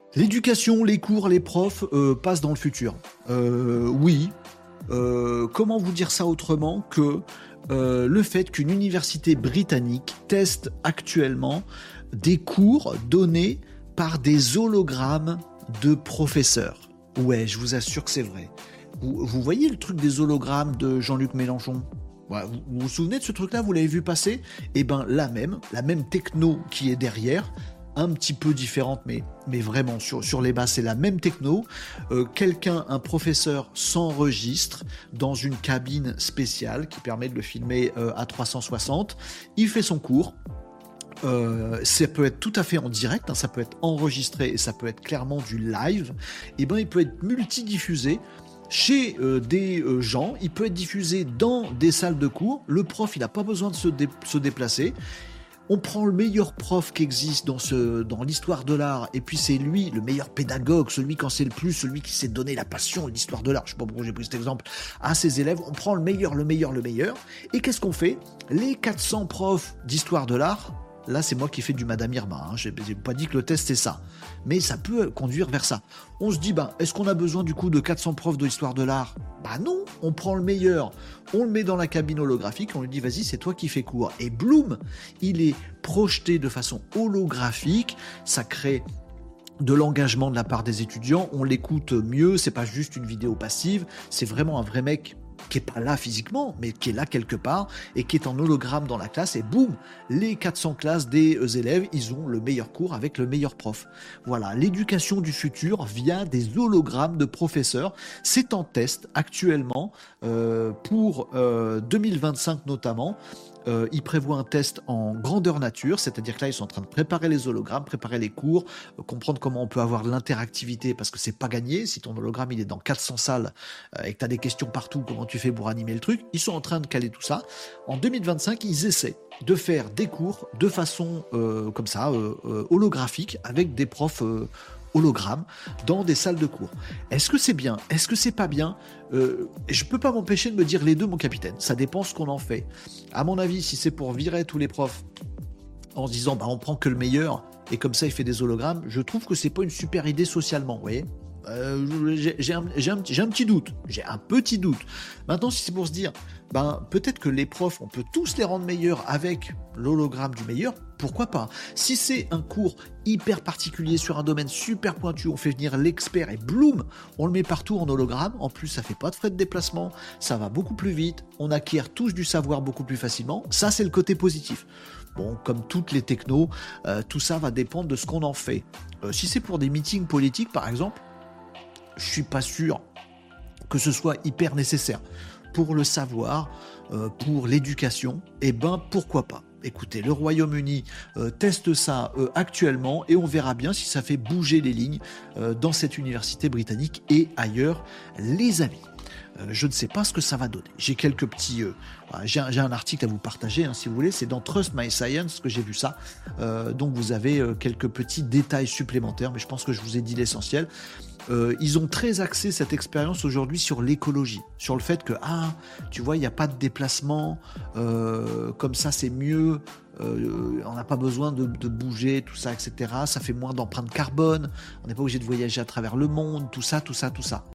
L'éducation, les cours, les profs passent dans le futur. Oui. Comment vous dire ça autrement que le fait qu'une université britannique teste actuellement des cours donnés par des hologrammes de professeurs. Ouais, je vous assure que c'est vrai. Vous voyez le truc des hologrammes de Jean-Luc Mélenchon? Ouais, vous vous souvenez de ce truc-là? Vous l'avez vu passer? Eh ben, la même techno qui est derrière, un petit peu différente, mais vraiment sur les bases, c'est la même techno. Un professeur s'enregistre dans une cabine spéciale qui permet de le filmer à 360. Il fait son cours. Ça peut être tout à fait en direct, hein, ça peut être enregistré et ça peut être clairement du live. Et ben, il peut être multidiffusé chez des gens, il peut être diffusé dans des salles de cours. Le prof, il n'a pas besoin de se déplacer. On prend le meilleur prof qui existe dans l'histoire de l'art, et puis c'est lui, le meilleur pédagogue, celui qui en sait le plus, celui qui sait donner la passion de l'histoire de l'art, je sais pas pourquoi j'ai pris cet exemple, à ses élèves. On prend le meilleur, et qu'est-ce qu'on fait? Les 400 profs d'histoire de l'art, là c'est moi qui fais du Madame Irma, hein. J'ai pas dit que le test c'est ça, mais ça peut conduire vers ça. On se dit, est-ce qu'on a besoin du coup de 400 profs d'histoire de l'art? Non, on prend le meilleur, on le met dans la cabine holographique, on lui dit vas-y c'est toi qui fais cours, et bloom, il est projeté de façon holographique, ça crée de l'engagement de la part des étudiants, on l'écoute mieux, c'est pas juste une vidéo passive, c'est vraiment un vrai mec qui est pas là physiquement, mais qui est là quelque part, et qui est en hologramme dans la classe, et boum, les 400 classes des élèves, ils ont le meilleur cours avec le meilleur prof. Voilà, l'éducation du futur via des hologrammes de professeurs, c'est en test actuellement, pour 2025 notamment. Ils prévoient un test en grandeur nature, c'est-à-dire que là, ils sont en train de préparer les hologrammes, préparer les cours, comprendre comment on peut avoir de l'interactivité, parce que c'est pas gagné. Si ton hologramme, il est dans 400 salles et que tu as des questions partout, comment tu fais pour animer le truc? Ils sont en train de caler tout ça. En 2025, ils essaient de faire des cours de façon comme ça, holographique, avec des profs hologrammes dans des salles de cours. Est-ce que c'est bien? Est-ce que c'est pas bien? Je peux pas m'empêcher de me dire les deux, mon capitaine. Ça dépend ce qu'on en fait. À mon avis, si c'est pour virer tous les profs en se disant on prend que le meilleur et comme ça il fait des hologrammes, je trouve que c'est pas une super idée socialement, vous voyez. J'ai un petit doute. J'ai un petit doute. Maintenant, si c'est pour se dire, peut-être que les profs, on peut tous les rendre meilleurs avec l'hologramme du meilleur, pourquoi pas? Si c'est un cours hyper particulier sur un domaine super pointu, on fait venir l'expert et bloom, on le met partout en hologramme. En plus, ça fait pas de frais de déplacement, ça va beaucoup plus vite, on acquiert tous du savoir beaucoup plus facilement. Ça, c'est le côté positif. Bon, comme toutes les technos, tout ça va dépendre de ce qu'on en fait. Si c'est pour des meetings politiques, par exemple, je suis pas sûr que ce soit hyper nécessaire. Pour le savoir, pour l'éducation, pourquoi pas? Écoutez, le Royaume-Uni teste ça actuellement et on verra bien si ça fait bouger les lignes dans cette université britannique et ailleurs, les amis. Je ne sais pas ce que ça va donner. J'ai quelques petits... j'ai un article à vous partager, hein, si vous voulez. C'est dans Trust My Science que j'ai vu ça. Donc vous avez quelques petits détails supplémentaires, mais je pense que je vous ai dit l'essentiel. Ils ont très axé cette expérience aujourd'hui sur l'écologie, sur le fait que, tu vois, il n'y a pas de déplacement, comme ça c'est mieux, on n'a pas besoin de bouger, tout ça, etc. Ça fait moins d'empreinte carbone, on n'est pas obligé de voyager à travers le monde, tout ça.